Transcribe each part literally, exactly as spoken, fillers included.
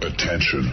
Attention.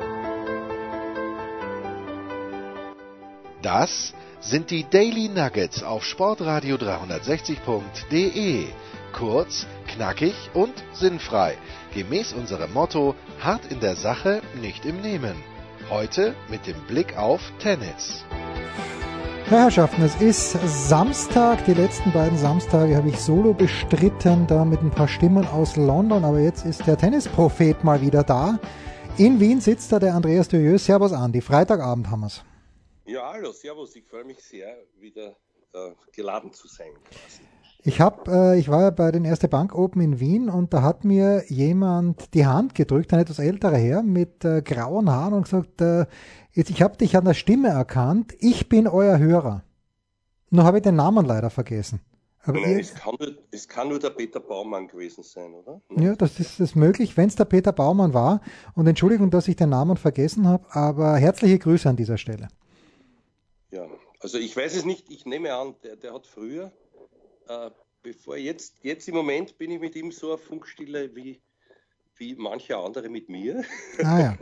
Das sind die Daily Nuggets auf sportradio dreihundertsechzig punkt de. Kurz, knackig und sinnfrei. Gemäß unserem Motto: hart in der Sache, nicht im Nehmen. Heute mit dem Blick auf Tennis. Ja, Herrschaften, es ist Samstag. Die letzten beiden Samstage habe ich solo bestritten, da mit ein paar Stimmen aus London. Aber jetzt ist der Tennisprophet mal wieder da. In Wien sitzt da der Andreas Durieux. Servus, Andi. Freitagabend haben wir's. Ja, hallo, servus. Ich freue mich sehr, wieder äh, geladen zu sein. Quasi. Ich hab, äh, ich war ja bei den Erste Bank Open in Wien und da hat mir jemand die Hand gedrückt, ein etwas älterer Herr mit äh, grauen Haaren und gesagt, äh, jetzt, ich habe dich an der Stimme erkannt, ich bin euer Hörer. Nur habe ich den Namen leider vergessen. Aber Nein, ihr, es, kann nur, es kann nur der Peter Baumann gewesen sein, oder? ja, das ist, das ist möglich, wenn es der Peter Baumann war. Und Entschuldigung, dass ich den Namen vergessen habe, aber herzliche Grüße an dieser Stelle. Ja, also ich weiß es nicht, ich nehme an, der, der hat früher, äh, bevor jetzt, jetzt im Moment bin ich mit ihm so auf Funkstille wie, wie manche andere mit mir. Ah ja.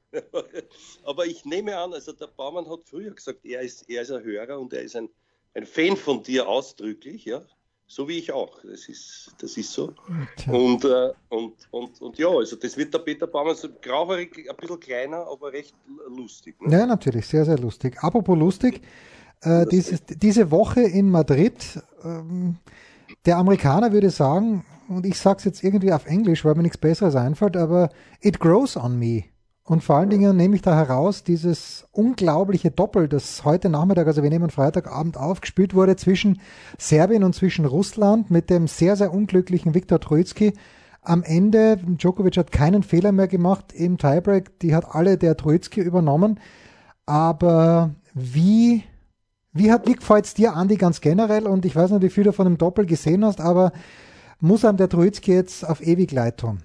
Aber ich nehme an, also der Baumann hat früher gesagt, er ist, er ist ein Hörer und er ist ein, ein Fan von dir ausdrücklich, ja, so wie ich auch. Das ist, das ist so. Und, äh, und, und, und ja, also das wird der Peter Baumann so grauhaarig, ein bisschen kleiner, aber recht lustig. Ne? Ja, natürlich, sehr, sehr lustig. Apropos lustig, äh, dieses, diese Woche in Madrid, ähm, der Amerikaner würde sagen, und ich sage es jetzt irgendwie auf Englisch, weil mir nichts Besseres einfällt, aber it grows on me. Und vor allen Dingen nehme ich da heraus dieses unglaubliche Doppel, das heute Nachmittag, also wir nehmen Freitagabend auf, gespielt wurde zwischen Serbien und zwischen Russland mit dem sehr, sehr unglücklichen Viktor Troicki. Am Ende, Djokovic hat keinen Fehler mehr gemacht im Tiebreak, die hat alle der Troicki übernommen. Aber wie, wie, hat, wie gefällt es dir, Andi, ganz generell? Und ich weiß nicht, wie viel du von dem Doppel gesehen hast, aber muss einem der Troicki jetzt auf ewig leid tun?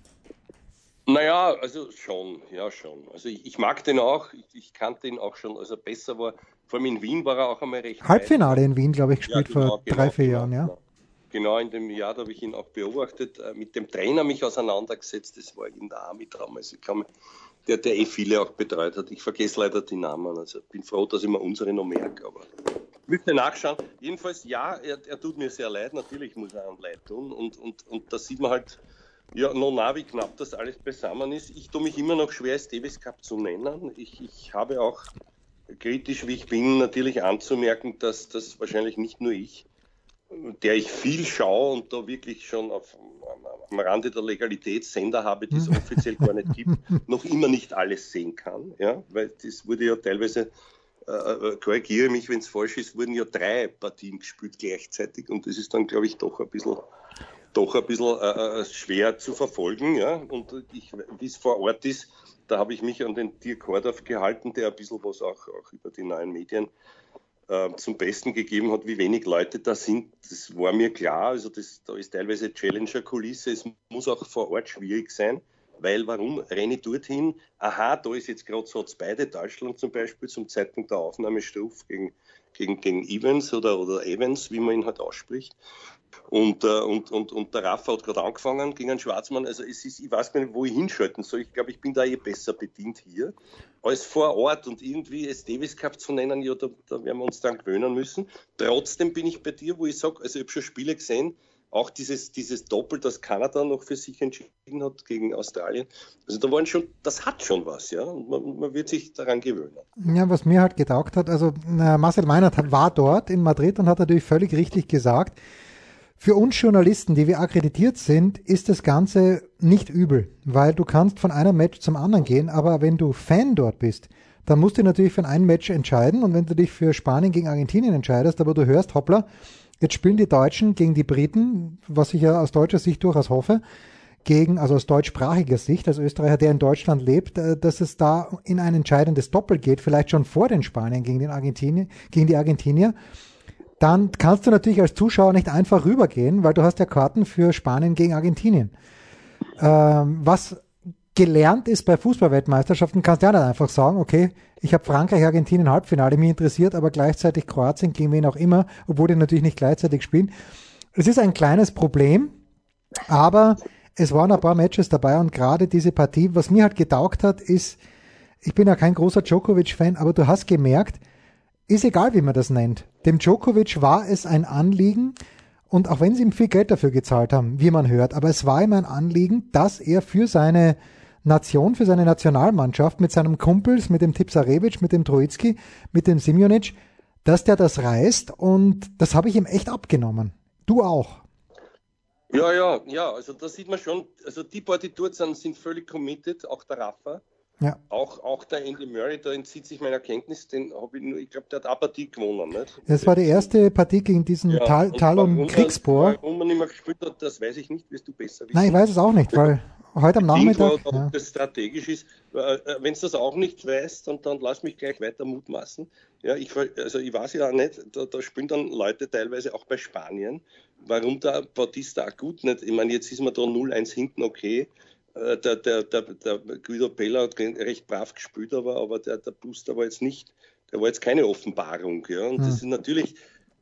Naja, also schon, ja schon. Also ich, ich mag den auch, ich, ich kannte ihn auch schon, als er besser war. Vor allem in Wien war er auch einmal recht Halbfinale weit. in Wien, glaube ich, gespielt ja, genau, vor drei, genau, vier genau, Jahren, ja. Genau. genau, in dem Jahr, da habe ich ihn auch beobachtet, mit dem Trainer mich auseinandergesetzt, das war in der Army damals. Ich glaube, der, der eh viele auch betreut hat. Ich vergesse leider die Namen, also bin froh, dass ich mir unsere noch merke, aber ich müsste nachschauen. Jedenfalls, ja, er, er tut mir sehr leid, natürlich muss er einem leid tun und, und, und da sieht man halt, ja, noch nah, wie knapp das alles beisammen ist. Ich tue mich immer noch schwer, es Davis Cup zu nennen. Ich, ich habe auch, kritisch wie ich bin, natürlich anzumerken, dass das wahrscheinlich nicht nur ich, der ich viel schaue und da wirklich schon auf, am Rande der Legalität Sender habe, die es offiziell gar nicht gibt, noch immer nicht alles sehen kann. Ja? Weil das wurde ja teilweise, äh, korrigiere mich, wenn es falsch ist, wurden ja drei Partien gespielt gleichzeitig und das ist dann, glaube ich, doch ein bisschen... doch ein bisschen äh, schwer zu verfolgen. Ja? Und wie es vor Ort ist, da habe ich mich an den Dirk Hordorf gehalten, der ein bisschen was auch, auch über die neuen Medien äh, zum Besten gegeben hat, wie wenig Leute da sind. Das war mir klar. Also das, da ist teilweise Challenger-Kulisse. Es muss auch vor Ort schwierig sein, weil warum renne ich dorthin? Aha, da ist jetzt gerade so, hat's beide, Deutschland zum Beispiel, zum Zeitpunkt der Aufnahme Struff gegen, gegen, gegen Evans oder, oder Evans, wie man ihn halt ausspricht. Und, äh, und, und, und der Rafa hat gerade angefangen gegen einen Schwarzmann. Also es ist, ich weiß gar nicht, wo ich hinschalten soll. Ich glaube, ich bin da eh besser bedient hier als vor Ort. Und irgendwie es Davis Cup zu nennen, ja, da, da werden wir uns dann gewöhnen müssen. Trotzdem bin ich bei dir, wo ich sage, also ich habe schon Spiele gesehen, auch dieses, dieses Doppel, das Kanada noch für sich entschieden hat gegen Australien. Also da waren schon, das hat schon was, ja. Und man, man wird sich daran gewöhnen. Ja, was mir halt getaugt hat, also äh, Marcel Meinert war dort in Madrid und hat natürlich völlig richtig gesagt, für uns Journalisten, die wir akkreditiert sind, ist das Ganze nicht übel, weil du kannst von einem Match zum anderen gehen, aber wenn du Fan dort bist, dann musst du natürlich für ein Match entscheiden und wenn du dich für Spanien gegen Argentinien entscheidest, aber du hörst, hoppla, jetzt spielen die Deutschen gegen die Briten, was ich ja aus deutscher Sicht durchaus hoffe, gegen, also aus deutschsprachiger Sicht, als Österreicher, der in Deutschland lebt, dass es da in ein entscheidendes Doppel geht, vielleicht schon vor den Spaniern gegen den Argentinien, gegen die Argentinier, dann kannst du natürlich als Zuschauer nicht einfach rübergehen, weil du hast ja Karten für Spanien gegen Argentinien. Ähm, was gelernt ist bei Fußballweltmeisterschaften, kannst du ja nicht einfach sagen, okay, ich habe Frankreich, Argentinien Halbfinale, mich interessiert aber gleichzeitig Kroatien gegen wen auch immer, obwohl die natürlich nicht gleichzeitig spielen. Es ist ein kleines Problem, aber es waren ein paar Matches dabei und gerade diese Partie, was mir halt getaugt hat, ist, ich bin ja kein großer Djokovic-Fan, aber du hast gemerkt, ist egal, wie man das nennt. Dem Djokovic war es ein Anliegen, und auch wenn sie ihm viel Geld dafür gezahlt haben, wie man hört, aber es war ihm ein Anliegen, dass er für seine Nation, für seine Nationalmannschaft mit seinem Kumpels, mit dem Tipsarevic, mit dem Troicki, mit dem Simjonic, dass der das reißt, und das habe ich ihm echt abgenommen. Du auch. Ja, ja, ja, also da sieht man schon, also die Partituren sind, sind völlig committed, auch der Rafa. Ja. Auch, auch der Andy Murray, da entzieht sich meiner Kenntnis, den habe ich nur, ich glaube, der hat eine Partie gewonnen, nicht? Das war die erste Partie gegen diesen ja, Tal- Talon Kriegsbohr. Warum man nicht mehr gespielt hat, das weiß ich nicht, wirst du besser wissen. Nein, ich weiß es auch nicht, weil heute am Nachmittag... Ob ja. das strategisch ist, wenn du das auch nicht weißt, und dann lass mich gleich weiter mutmaßen. Ja, ich, also ich weiß ja auch nicht, da, da spielen dann Leute teilweise auch bei Spanien, warum der Bautista auch gut nicht, ich meine, jetzt ist man da null eins hinten, okay, der, der, der, der Guido Pella hat recht brav gespielt, aber, aber der, der Booster war jetzt nicht, der war jetzt keine Offenbarung. Ja? Und hm. das ist natürlich,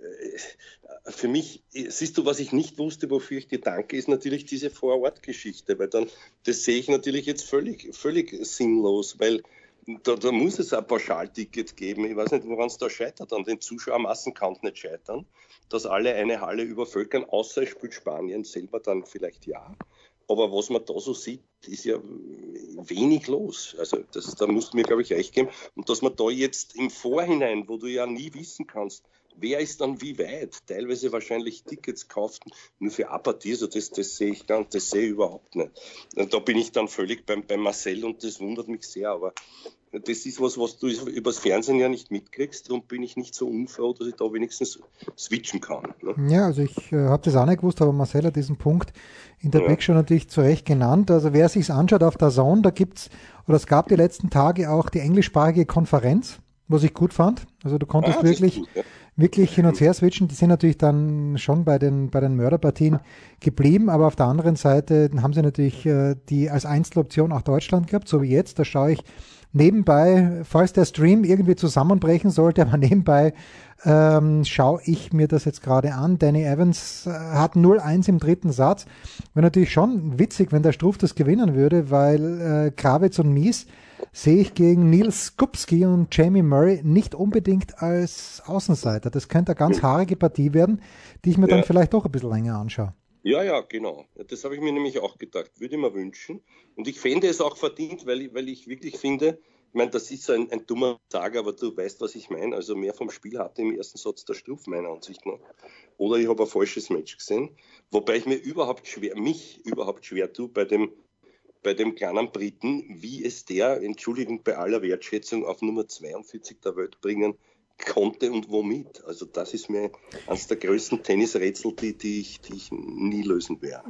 äh, für mich, siehst du, was ich nicht wusste, wofür ich dir danke, ist natürlich diese Vorortgeschichte, weil dann, das sehe ich natürlich jetzt völlig, völlig sinnlos, weil da, da muss es ein Pauschalticket geben. Ich weiß nicht, woran es da scheitert. An den Zuschauermassen kann es nicht scheitern, dass alle eine Halle übervölkern, außer es spielt Spanien selber dann vielleicht ja. Aber was man da so sieht, ist ja wenig los. Also das, da musst du mir, glaube ich, recht geben. Und dass man da jetzt im Vorhinein, wo du ja nie wissen kannst, wer ist dann wie weit, teilweise wahrscheinlich Tickets kauft, nur für eine Partie, also das, das sehe ich ganz, das sehe ich überhaupt nicht. Und da bin ich dann völlig beim, beim Marcel und das wundert mich sehr, aber das ist was, was du übers Fernsehen ja nicht mitkriegst, darum bin ich nicht so unfroh, dass ich da wenigstens switchen kann. Ne? Ja, also ich äh, habe das auch nicht gewusst, aber Marcel hat diesen Punkt in der ja. Back schon natürlich zu Recht genannt. Also wer sich's anschaut auf der Zone, da gibt's, oder es gab die letzten Tage auch die englischsprachige Konferenz, was ich gut fand. Also du konntest ah, wirklich, gut, ja. wirklich hin und her switchen. Die sind natürlich dann schon bei den, bei den Mörderpartien geblieben, aber auf der anderen Seite haben sie natürlich äh, die als Einzeloption auch Deutschland gehabt, so wie jetzt. Da schaue ich nebenbei, falls der Stream irgendwie zusammenbrechen sollte, aber nebenbei ähm, schaue ich mir das jetzt gerade an. Danny Evans äh, hat null eins im dritten Satz. Wäre natürlich schon witzig, wenn der Struff das gewinnen würde, weil äh, Krawitz und Mies sehe ich gegen Nils Skupski und Jamie Murray nicht unbedingt als Außenseiter. Das könnte eine ganz haarige Partie werden, die ich mir ja. dann vielleicht doch ein bisschen länger anschaue. Ja, ja, genau. Das habe ich mir nämlich auch gedacht. Würde ich mir wünschen. Und ich fände es auch verdient, weil ich, weil ich wirklich finde, ich meine, das ist so ein, ein dummer Sage, aber du weißt, was ich meine. Also mehr vom Spiel hatte im ersten Satz der Struff, meiner Ansicht nach. Oder ich habe ein falsches Match gesehen. Wobei ich mir überhaupt schwer, mich überhaupt schwer tue bei dem, bei dem kleinen Briten, wie es der, Entschuldigung, bei aller Wertschätzung auf Nummer zweiundvierzig der Welt bringen konnte und womit. Also das ist mir eines der größten Tennisrätsel, die, die, ich, die ich nie lösen werde.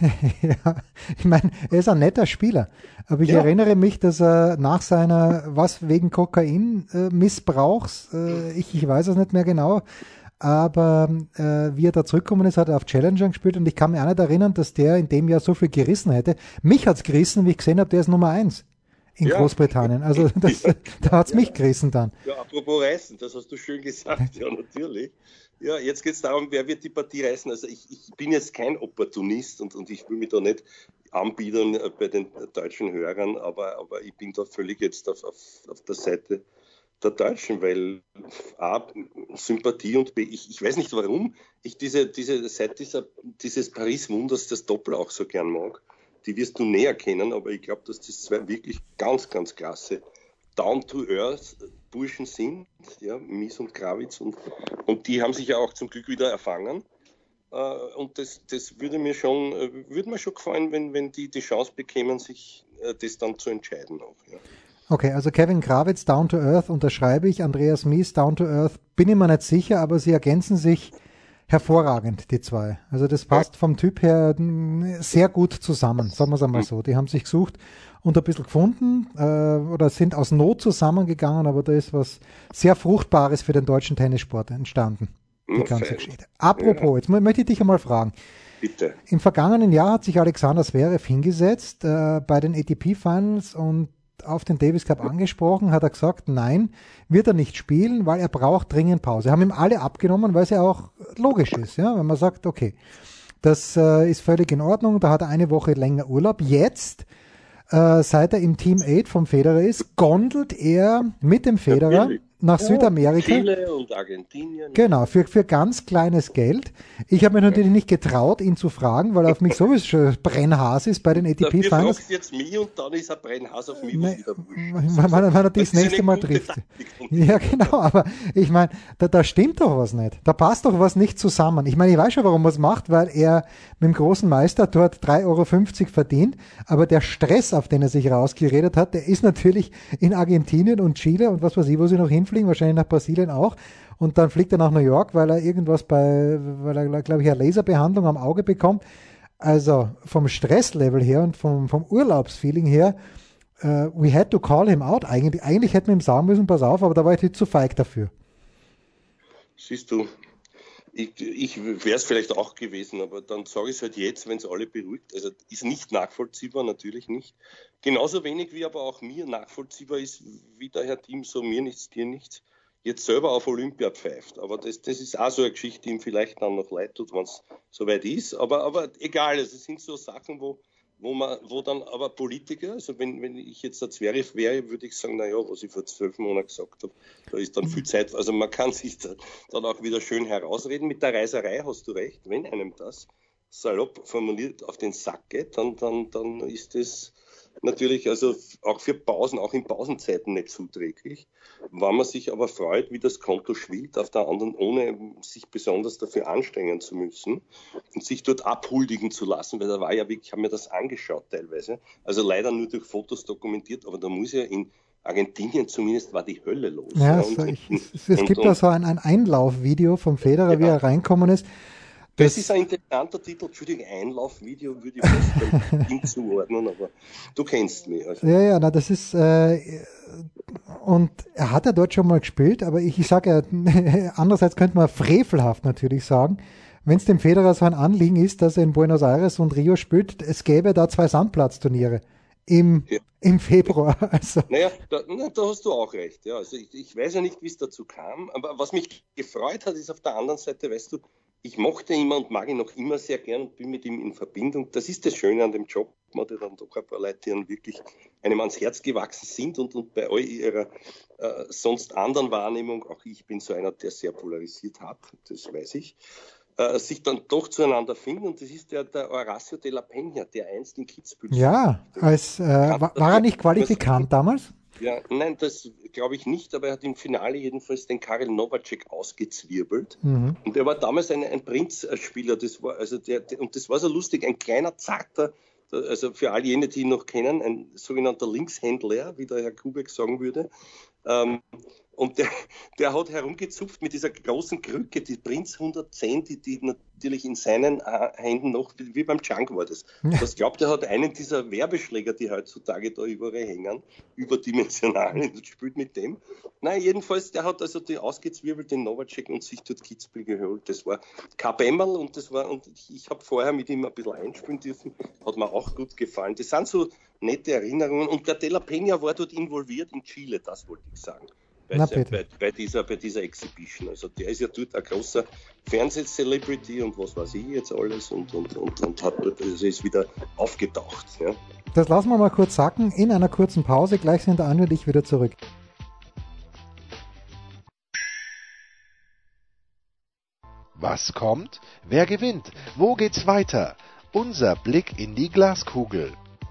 Ja, ich meine, er ist ein netter Spieler, aber ich ja. erinnere mich, dass er nach seiner, was wegen Kokain-Missbrauchs, äh, ich, ich weiß es nicht mehr genau, aber äh, wie er da zurückgekommen ist, hat er auf Challenger gespielt und ich kann mich auch nicht erinnern, dass der in dem Jahr so viel gerissen hätte. Mich hat's gerissen, wie ich gesehen habe, der ist Nummer eins. In ja. Großbritannien. Also das, ja. da hat's ja. mich gerissen dann. Ja, apropos reißen, das hast du schön gesagt. Ja, natürlich. Ja, jetzt geht's darum, wer wird die Partie reißen. Also ich, ich bin jetzt kein Opportunist und, und ich will mich da nicht anbiedern bei den deutschen Hörern, aber, aber ich bin da völlig jetzt auf, auf, auf der Seite der Deutschen, weil A, Sympathie und B, ich, ich weiß nicht warum, ich diese, diese seit dieser, dieses Paris-Wunders das Doppel auch so gern mag. Die wirst du näher kennen, aber ich glaube, dass das zwei wirklich ganz, ganz klasse Down-to-Earth-Burschen sind, ja, Mies und Krawitz, und, und die haben sich ja auch zum Glück wieder erfangen. Uh, und das, das würde mir schon, würde mir schon gefallen, wenn, wenn die die Chance bekämen, sich uh, das dann zu entscheiden auch. Ja. Okay, also Kevin Krawitz, Down to Earth, unterschreibe ich, Andreas Mies, Down to Earth, bin ich mir nicht sicher, aber sie ergänzen sich hervorragend, die zwei. Also das passt vom Typ her sehr gut zusammen, sagen wir es einmal so. Die haben sich gesucht und ein bisschen gefunden äh, oder sind aus Not zusammengegangen, aber da ist was sehr Fruchtbares für den deutschen Tennissport entstanden, die ganze Geschichte. Apropos, jetzt möchte ich dich einmal fragen. Bitte. Im vergangenen Jahr hat sich Alexander Zverev hingesetzt äh, bei den A T P Finals und auf den Davis Cup angesprochen, hat er gesagt, nein, wird er nicht spielen, weil er braucht dringend Pause. Haben ihm alle abgenommen, weil es ja auch logisch ist, ja, wenn man sagt, okay. Das äh, ist völlig in Ordnung. Da hat er eine Woche länger Urlaub. Jetzt, äh, seit er im Team acht vom Federer ist, gondelt er mit dem Federer Natürlich. nach Ja, Südamerika. Chile und Argentinien. Genau, für, für ganz kleines Geld. Ich habe mich natürlich nicht getraut, ihn zu fragen, weil er auf mich sowieso schon Brennhas ist bei den A T P Dafür Finals. fragst du jetzt mich und dann ist er Brennhaas auf mich, was Nein, wieder wurscht. wenn, wenn, wenn er das ist nächste eine Mal gute trifft. Taktik von Ja, genau, aber ich meine, da, da stimmt doch was nicht. Da passt doch was nicht zusammen. Ich meine, ich weiß schon, warum er es macht, weil er mit dem großen Meister dort drei Euro fünfzig verdient, aber der Stress, auf den er sich rausgeredet hat, der ist natürlich in Argentinien und Chile und was weiß ich, wo sie noch hinfliegen, wahrscheinlich nach Brasilien auch. Und dann fliegt er nach New York, weil er irgendwas bei, weil er, glaube ich, eine Laserbehandlung am Auge bekommt. Also vom Stresslevel her und vom, vom Urlaubsfeeling her, uh, we had to call him out. Eigentlich, eigentlich hätten wir ihm sagen müssen, pass auf, aber da war ich zu feig dafür. Siehst du, ich, ich wäre es vielleicht auch gewesen, aber dann sage ich es halt jetzt, wenn es alle beruhigt. Also ist nicht nachvollziehbar, natürlich nicht. Genauso wenig wie aber auch mir nachvollziehbar ist, wie der Herr Thiem so mir nichts, dir nichts, jetzt selber auf Olympia pfeift. Aber das, das ist auch so eine Geschichte, die ihm vielleicht dann noch leid tut, wenn es soweit ist. Aber, aber egal, also es sind so Sachen, wo, wo man, wo dann aber Politiker, also wenn, wenn ich jetzt der Zverev wäre, würde ich sagen, naja, was ich vor zwölf Monaten gesagt habe, da ist dann viel Zeit, also man kann sich da, dann auch wieder schön herausreden. Mit der Reiserei hast du recht, wenn einem das salopp formuliert auf den Sack geht, dann, dann, dann ist das natürlich also auch für Pausen, auch in Pausenzeiten nicht zuträglich. Wenn man sich aber freut, wie das Konto schwillt, auf der anderen, ohne sich besonders dafür anstrengen zu müssen und sich dort abhuldigen zu lassen, weil da war ja wirklich, ich habe mir das angeschaut teilweise, also leider nur durch Fotos dokumentiert, aber da muss ja in Argentinien zumindest war die Hölle los. Ja, ja, so und, ich, und, es, es und, gibt und, da so ein, ein Einlaufvideo vom Federer, ja, wie er reinkommen ist. Das, das ist ein interessanter Titel, Entschuldigung, Einlaufvideo würde ich fast beim Ding zuordnen, aber du kennst mich. Also. Ja, ja, na, das ist, äh, und er hat ja dort schon mal gespielt, aber ich, ich sage ja, andererseits könnte man frevelhaft natürlich sagen, wenn es dem Federer so ein Anliegen ist, dass er in Buenos Aires und Rio spielt, es gäbe da zwei Sandplatzturniere im, ja. im Februar. Also. Naja, da, na, da hast du auch recht. Ja. Also ich, ich weiß ja nicht, wie es dazu kam, aber was mich gefreut hat, ist auf der anderen Seite, weißt du, ich mochte ihn immer und mag ihn noch immer sehr gern und bin mit ihm in Verbindung. Das ist das Schöne an dem Job. Man hat ja dann doch ein paar Leute, die dann wirklich einem ans Herz gewachsen sind und, und bei all ihrer äh, sonst anderen Wahrnehmung, auch ich bin so einer, der sehr polarisiert hat, das weiß ich, äh, sich dann doch zueinander finden. Und das ist der, der Horacio de la Peña, der einst in Kitzbühel. Ja, als, äh, war, war er nicht qualifikant damals? Ja, nein, das glaube ich nicht, aber er hat im Finale jedenfalls den Karel Novacek ausgezwirbelt. Mhm. Und er war damals ein, ein Prinzspieler, das war, also der, der, und das war so lustig, ein kleiner, zarter, also für all jene, die ihn noch kennen, ein sogenannter Linkshändler, wie der Herr Kubek sagen würde. Ähm, Und der, der hat herumgezupft mit dieser großen Krücke, die Prinz hundertzehn, die, die natürlich in seinen Händen noch, wie beim Junk war das. Ja. Das glaubt, er hat einen dieser Werbeschläger, die heutzutage da überall hängen, überdimensional, und spielt mit dem. Nein, jedenfalls, der hat also die ausgezwirbelt, den Novacek, und sich dort Kitzbühel geholt. Das war kein Bämmerl, und das war, und ich, ich habe vorher mit ihm ein bisschen einspielen dürfen, hat mir auch gut gefallen. Das sind so nette Erinnerungen, und der De La Peña war dort involviert in Chile, das wollte ich sagen. Bei, bei, bei, dieser, bei dieser Exhibition. Also der ist ja dort ein großer Fernseh-Celebrity und was weiß ich jetzt alles und, und, und, und hat, also ist wieder aufgetaucht. Ja. Das lassen wir mal kurz sacken in einer kurzen Pause. Gleich sind Anja und ich wieder zurück. Was kommt? Wer gewinnt? Wo geht's weiter? Unser Blick in die Glaskugel.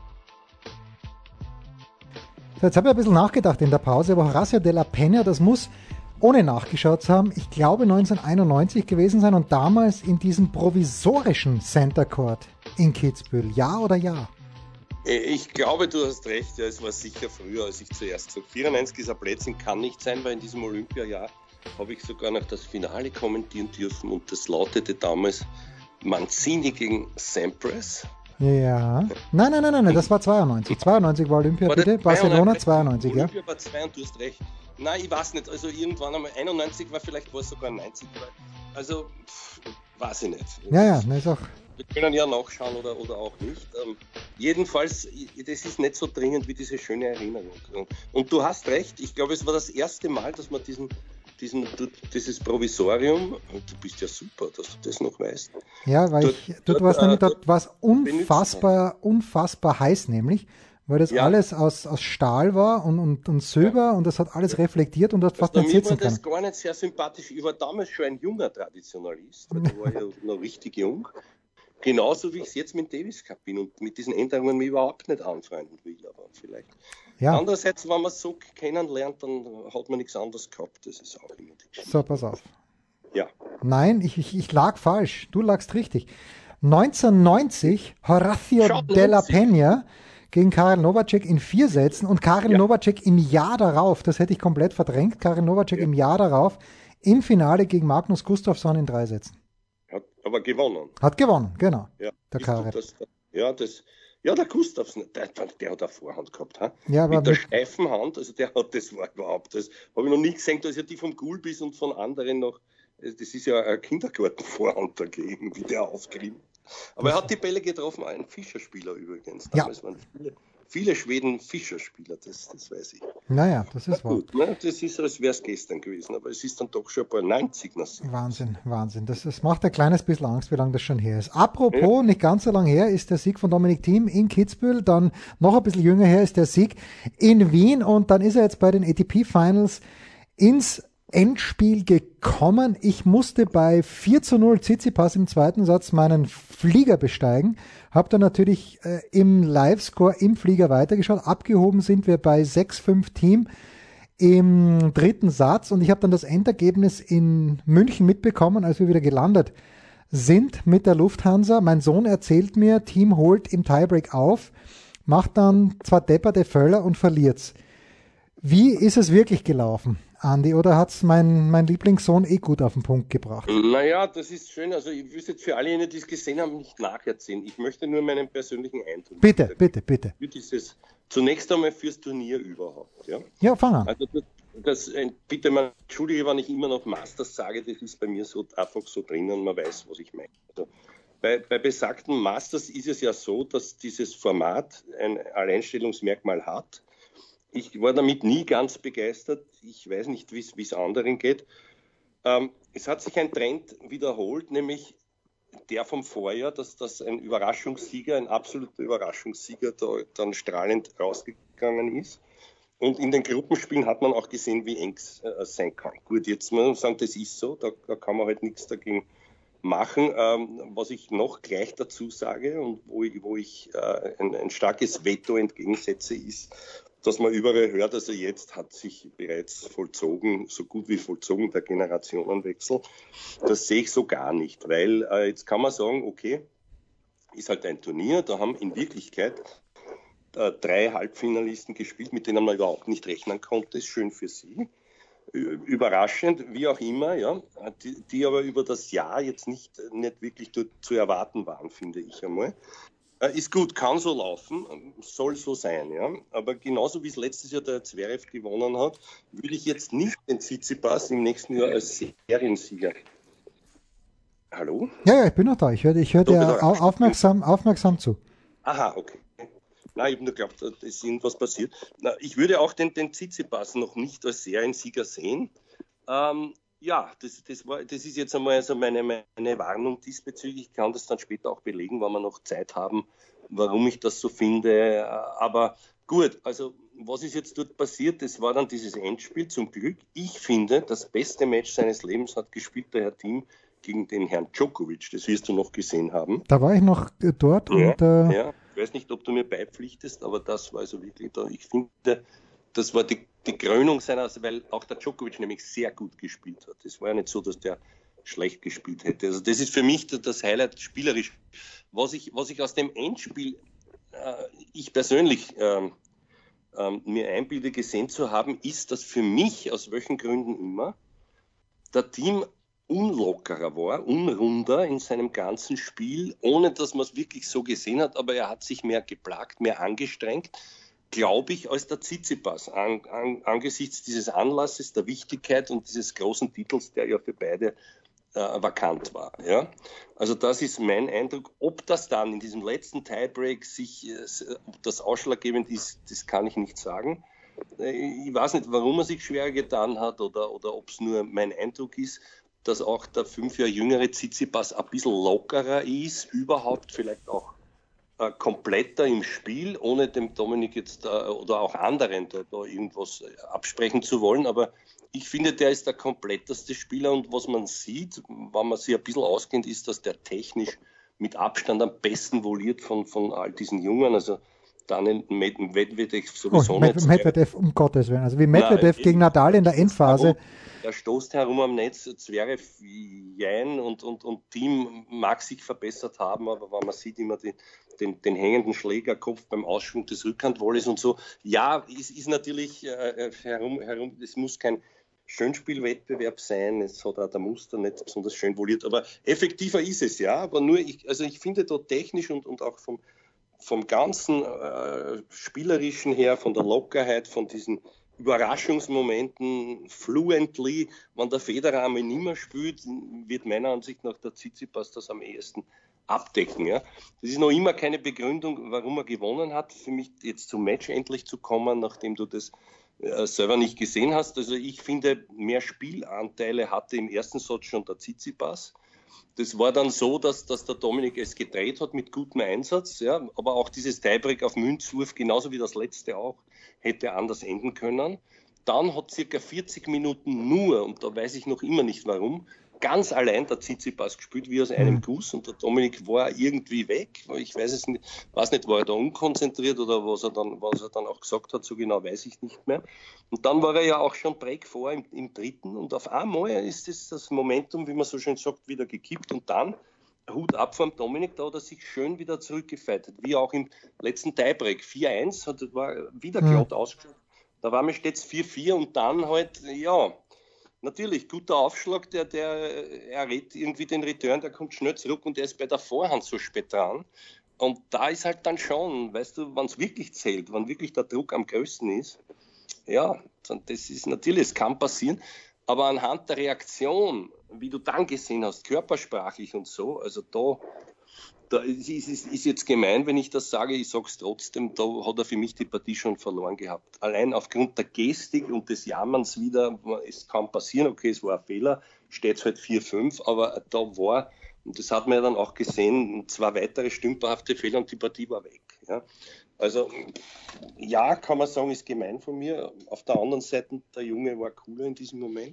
So, jetzt habe ich ein bisschen nachgedacht in der Pause, aber Horacio de la Peña, das muss, ohne nachgeschaut zu haben, ich glaube neunzehnhunderteinundneunzig gewesen sein und damals in diesem provisorischen Center Court in Kitzbühel. Ja oder ja? Ich glaube, du hast recht. Ja, es war sicher früher, als ich zuerst gesagt habe. vierundneunzig ist ein Blödsinn, kann nicht sein, weil in diesem Olympiajahr habe ich sogar noch das Finale kommentieren dürfen und das lautete damals Mancini gegen Sampras. Ja. Nein, nein, nein, nein, das war zweiundneunzig. zweiundneunzig war Olympia, war bitte. Barcelona zweiundneunzig, ja. Olympia war zwei und du hast recht. Nein, ich weiß nicht. Also irgendwann einmal einundneunzig war, vielleicht war es sogar neunzig. Also, pff, weiß ich nicht. Ja, ja, das ist auch. Wir können ja nachschauen oder, oder auch nicht. Ähm, jedenfalls, das ist nicht so dringend wie diese schöne Erinnerung. Und du hast recht, ich glaube, es war das erste Mal, dass man diesen diesen, dieses Provisorium, und du bist ja super, dass du das noch weißt. Ja, weil dort, ich, dort, dort war es nämlich, dort war es unfassbar, unfassbar heiß nämlich, weil das ja. alles aus, aus Stahl war und, und, und Silber ja. und das hat alles ja. reflektiert und das fast nicht sitzen können. Mir war das gar nicht sehr sympathisch. Ich war damals schon ein junger Traditionalist, weil da war ich ja noch richtig jung. Genauso wie ich es jetzt mit Davis Cup bin und mit diesen Änderungen mich überhaupt nicht anfreunden will, aber vielleicht. Ja. Andererseits, wenn man es so kennenlernt, dann hat man nichts anderes gehabt. Das ist auch immer die Geschichte. So, pass auf. Ja. Nein, ich, ich, ich lag falsch. Du lagst richtig. neunzehnhundertneunzig, Horacio Schau, de la Peña gegen Karel Novacek in vier Sätzen und Karel ja. Novacek im Jahr darauf, das hätte ich komplett verdrängt, Karel Novacek ja. im Jahr darauf im Finale gegen Magnus Gustafsson in drei Sätzen. Hat aber gewonnen. Hat gewonnen, genau. Ja, der Karel. Das, ja, das, ja, der Gustafsson, der, der hat eine Vorhand gehabt. Ha? Ja, mit der mit steifen Hand, also der hat das war überhaupt, das habe ich noch nie gesehen, da ist ja die vom Gulbis und von anderen noch, das ist ja ein Kindergartenvorhand dagegen, wie der aufgerieben. Aber er hat die Bälle getroffen, ein Fischerspieler übrigens. Damals ja. waren viele, viele Schweden Fischerspieler, das, das weiß ich. Naja, das ist wahr. Gut, ne? Das ist, als wäre es gestern gewesen, aber es ist dann doch schon ein paar neunzig. Wahnsinn, Wahnsinn. Das, das macht ein kleines bisschen Angst, wie lange das schon her ist. Apropos, ja. nicht ganz so lange her ist der Sieg von Dominik Thiem in Kitzbühel, dann noch ein bisschen jünger her ist der Sieg in Wien und dann ist er jetzt bei den A T P Finals ins Endspiel gekommen. Ich musste bei vier zu null Tsitsipas im zweiten Satz meinen Flieger besteigen. Habe dann natürlich äh, im Live-Score im Flieger weitergeschaut. Abgehoben sind wir bei sechs fünf Team im dritten Satz und ich habe dann das Endergebnis in München mitbekommen, als wir wieder gelandet sind mit der Lufthansa. Mein Sohn erzählt mir, Team holt im Tiebreak auf, macht dann zwar depperte Völler und verliert's. Wie ist es wirklich gelaufen, Andi, oder hat es mein, mein Lieblingssohn eh gut auf den Punkt gebracht? Naja, das ist schön. Also ich will es jetzt für alle, jene, die es gesehen haben, nicht nacherzählen. Ich möchte nur meinen persönlichen Eindruck. Bitte, bitte, bitte. Wie dieses, zunächst einmal fürs Turnier überhaupt. Ja, ja fang an. Also das, das, bitte, man entschuldige, wenn ich immer noch Masters sage, das ist bei mir so einfach so drinnen, man weiß, was ich meine. Also bei, bei besagten Masters ist es ja so, dass dieses Format ein Alleinstellungsmerkmal hat. Ich war damit nie ganz begeistert. Ich weiß nicht, wie es anderen geht. Ähm, es hat sich ein Trend wiederholt, nämlich der vom Vorjahr, dass, dass ein Überraschungssieger, ein absoluter Überraschungssieger da dann strahlend rausgegangen ist. Und in den Gruppenspielen hat man auch gesehen, wie eng es äh, sein kann. Gut, jetzt muss man sagen, das ist so, da, da kann man halt nichts dagegen machen. Ähm, was ich noch gleich dazu sage und wo ich, wo ich äh, ein, ein starkes Veto entgegensetze, ist, dass man überall hört, also jetzt hat sich bereits vollzogen, so gut wie vollzogen, der Generationenwechsel. Das sehe ich so gar nicht, weil äh, jetzt kann man sagen, okay, ist halt ein Turnier, da haben in Wirklichkeit äh, drei Halbfinalisten gespielt, mit denen man überhaupt nicht rechnen konnte, ist schön für sie. Überraschend, wie auch immer, ja, die, die aber über das Jahr jetzt nicht, nicht wirklich zu erwarten waren, finde ich einmal. Ist gut, kann so laufen, soll so sein, ja. Aber genauso wie es letztes Jahr der Zverev gewonnen hat, würde ich jetzt nicht den Tsitsipas im nächsten Jahr als Seriensieger. Hallo? Ja, ja, ich bin noch da. Ich höre ich hör dir au- aufmerksam, aufmerksam zu. Aha, okay. Nein, ich habe nur geglaubt, da ist irgendwas passiert. Na, ich würde auch den, den Tsitsipas noch nicht als Seriensieger sehen. Ähm, Ja, das, das, war, das ist jetzt einmal also meine, meine Warnung diesbezüglich. Ich kann das dann später auch belegen, wenn wir noch Zeit haben, warum ich das so finde. Aber gut, also was ist jetzt dort passiert? Das war dann dieses Endspiel zum Glück. Ich finde, das beste Match seines Lebens hat gespielt der Herr Thiem gegen den Herrn Djokovic. Das wirst du noch gesehen haben. Da war ich noch dort. Ja, und äh... ja. Ich weiß nicht, ob du mir beipflichtest, aber das war also wirklich da. Ich finde, das war die die Krönung seiner, weil auch der Djokovic nämlich sehr gut gespielt hat. Es war ja nicht so, dass der schlecht gespielt hätte. Also das ist für mich das Highlight spielerisch. Was ich, was ich aus dem Endspiel, äh, ich persönlich ähm, ähm, mir einbilde gesehen zu haben, ist, dass für mich, aus welchen Gründen immer, der Team unlockerer war, unrunder in seinem ganzen Spiel, ohne dass man es wirklich so gesehen hat, aber er hat sich mehr geplagt, mehr angestrengt, glaube ich, als der Tsitsipas, an, an, angesichts dieses Anlasses, der Wichtigkeit und dieses großen Titels, der ja für beide äh, vakant war. Ja? Also das ist mein Eindruck. Ob das dann in diesem letzten Tiebreak sich äh, das ausschlaggebend ist, das kann ich nicht sagen. Ich weiß nicht, warum er sich schwer getan hat oder, oder ob es nur mein Eindruck ist, dass auch der fünf Jahre jüngere Tsitsipas ein bisschen lockerer ist, überhaupt vielleicht auch äh, kompletter im Spiel, ohne dem Dominik jetzt äh, oder auch anderen da, da irgendwas absprechen zu wollen. Aber ich finde, der ist der kompletteste Spieler und was man sieht, wenn man sich ein bisschen auskennt, ist, dass der technisch mit Abstand am besten voliert von, von all diesen Jungen. Also dann Medvedev sowieso oh, nicht. Medvedev, um Gottes Willen. Also wie Medvedev Nein, gegen Nadal in der Endphase. Er stoßt herum am Netz, Zverev, Jein und, und, und Team mag sich verbessert haben, aber man sieht immer den, den, den hängenden Schlägerkopf beim Ausschwung des Rückhandvolleys und so. Ja, es ist natürlich äh, herum, herum, es muss kein Schönspielwettbewerb sein, es hat auch der Muster nicht besonders schön voliert, aber effektiver ist es, ja. Aber nur, ich, also ich finde da technisch und, und auch vom, vom ganzen äh, Spielerischen her, von der Lockerheit, von diesen Überraschungsmomenten, fluently, wenn der Federer einmal nicht mehr spielt, wird meiner Ansicht nach der Tsitsipas das am ehesten abdecken. Ja. Das ist noch immer keine Begründung, warum er gewonnen hat, für mich jetzt zum Match endlich zu kommen, nachdem du das äh, selber nicht gesehen hast. Also ich finde, mehr Spielanteile hatte im ersten Satz schon der Tsitsipas. Das war dann so, dass, dass der Dominik es gedreht hat mit gutem Einsatz, ja, aber auch dieses Tiebreak auf Münzwurf, genauso wie das letzte auch, hätte anders enden können. Dann hat circa vierzig Minuten nur, und da weiß ich noch immer nicht warum, ganz allein der Tsitsipas gespielt, wie aus einem Guss, und der Dominik war irgendwie weg. Ich weiß es nicht, weiß nicht, war er da unkonzentriert oder was er dann, was er dann auch gesagt hat, so genau weiß ich nicht mehr. Und dann war er ja auch schon Break vor im, im dritten und auf einmal ist das, das Momentum, wie man so schön sagt, wieder gekippt und dann Hut ab vom Dominik, da hat er sich schön wieder zurückgefeitet, wie auch im letzten Tiebreak. vier eins hat, war wieder glatt mhm. ausgeschaut. Da war mir stets vier vier und dann halt, ja, natürlich, guter Aufschlag, der, der errät irgendwie den Return, der kommt schnell zurück und der ist bei der Vorhand so spät dran. Und da ist halt dann schon, weißt du, wenn es wirklich zählt, wenn wirklich der Druck am größten ist, ja, das ist natürlich, es kann passieren, aber anhand der Reaktion, wie du dann gesehen hast, körpersprachlich und so, also da, da ist, ist, ist jetzt gemein, wenn ich das sage, ich sage es trotzdem, da hat er für mich die Partie schon verloren gehabt. Allein aufgrund der Gestik und des Jammerns wieder, es kann passieren, okay, es war ein Fehler, steht es halt vier fünf, aber da war, und das hat man ja dann auch gesehen, zwei weitere stümperhafte Fehler und die Partie war weg. Ja. Also, ja, kann man sagen, ist gemein von mir. Auf der anderen Seite, der Junge war cooler in diesem Moment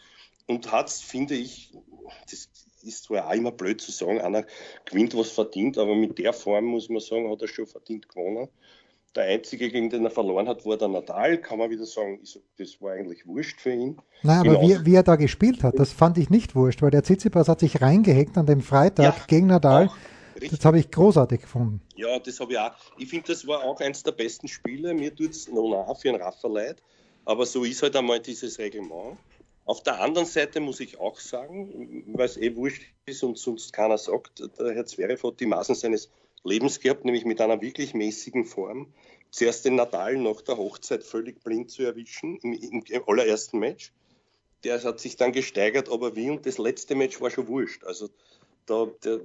und hat, finde ich, das ist zwar auch immer blöd zu sagen, einer gewinnt was verdient, aber mit der Form, muss man sagen, hat er schon verdient gewonnen. Der Einzige, gegen den er verloren hat, war der Nadal, kann man wieder sagen, das war eigentlich wurscht für ihn. Nein, aber wie, wie er da gespielt hat, das fand ich nicht wurscht, weil der Tsitsipas hat sich reingehackt an dem Freitag ja, gegen Nadal. Auch. Richtig. Das habe ich großartig gefunden. Ja, das habe ich auch. Ich finde, das war auch eins der besten Spiele. Mir tut es noch nach für einen Rafa leid. Aber so ist halt einmal dieses Reglement. Auf der anderen Seite muss ich auch sagen, weil es eh wurscht ist und sonst keiner sagt, der Herr Zverev hat die Maßen seines Lebens gehabt, nämlich mit einer wirklich mäßigen Form. Zuerst den Nadal nach der Hochzeit völlig blind zu erwischen, im, im, im allerersten Match. Der hat sich dann gesteigert, aber wie, und das letzte Match war schon wurscht. Also da,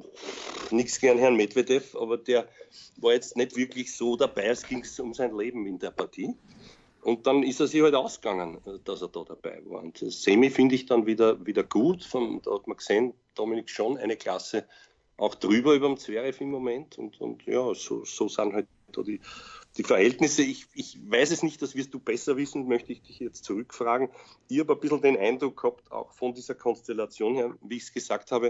nichts gegen Herrn Medvedev, aber der war jetzt nicht wirklich so dabei, es ging um sein Leben in der Partie. Und dann ist er sich halt ausgegangen, dass er da dabei war. Und das Semi finde ich dann wieder, wieder gut. Von, da hat man gesehen, Dominik schon eine Klasse auch drüber über dem Zverev im Moment. Und, und ja, so, so sind halt da die, die Verhältnisse. Ich, ich weiß es nicht, das wirst du besser wissen, möchte ich dich jetzt zurückfragen. Ich habe ein bisschen den Eindruck gehabt, auch von dieser Konstellation her, wie ich es gesagt habe,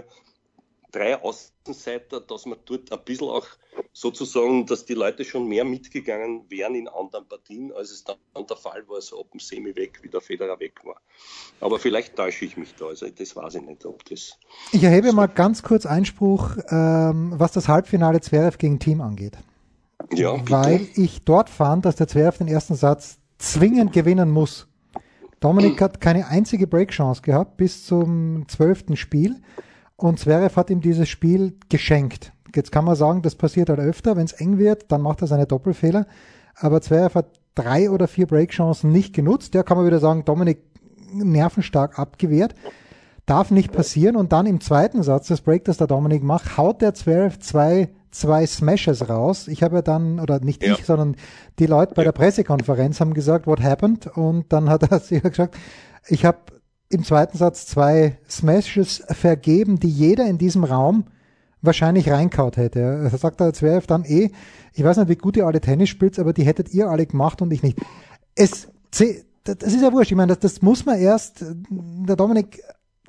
drei Außenseiter, dass man dort ein bisschen auch sozusagen, dass die Leute schon mehr mitgegangen wären in anderen Partien, als es dann der Fall war, so ab dem Semi weg, wie der Federer weg war. Aber vielleicht täusche ich mich da, also das weiß ich nicht, ob das... Ich erhebe so mal ganz kurz Einspruch, ähm, was das Halbfinale Zverev gegen Thiem angeht. Ja, bitte. Weil ich dort fand, dass der Zverev den ersten Satz zwingend gewinnen muss. Dominik hat keine einzige Breakchance gehabt bis zum zwölften Spiel. Und Zverev hat ihm dieses Spiel geschenkt. Jetzt kann man sagen, das passiert halt öfter. Wenn es eng wird, dann macht er seine Doppelfehler. Aber Zverev hat drei oder vier Breakchancen nicht genutzt. Der kann man wieder sagen, Dominik nervenstark abgewehrt. Darf nicht passieren. Und dann im zweiten Satz, das Break, das der Dominik macht, haut der Zverev zwei zwei Smashes raus. Ich habe ja dann, oder nicht Ja. ich, sondern die Leute bei Ja. der Pressekonferenz haben gesagt, what happened? Und dann hat er sich gesagt, ich habe im zweiten Satz zwei Smashes vergeben, die jeder in diesem Raum wahrscheinlich reinkaut hätte. Er sagt der Zverev dann eh, ich weiß nicht, wie gut ihr alle Tennis spielt, aber die hättet ihr alle gemacht und ich nicht. Es, das ist ja wurscht. Ich meine, das, das muss man erst, der Dominik,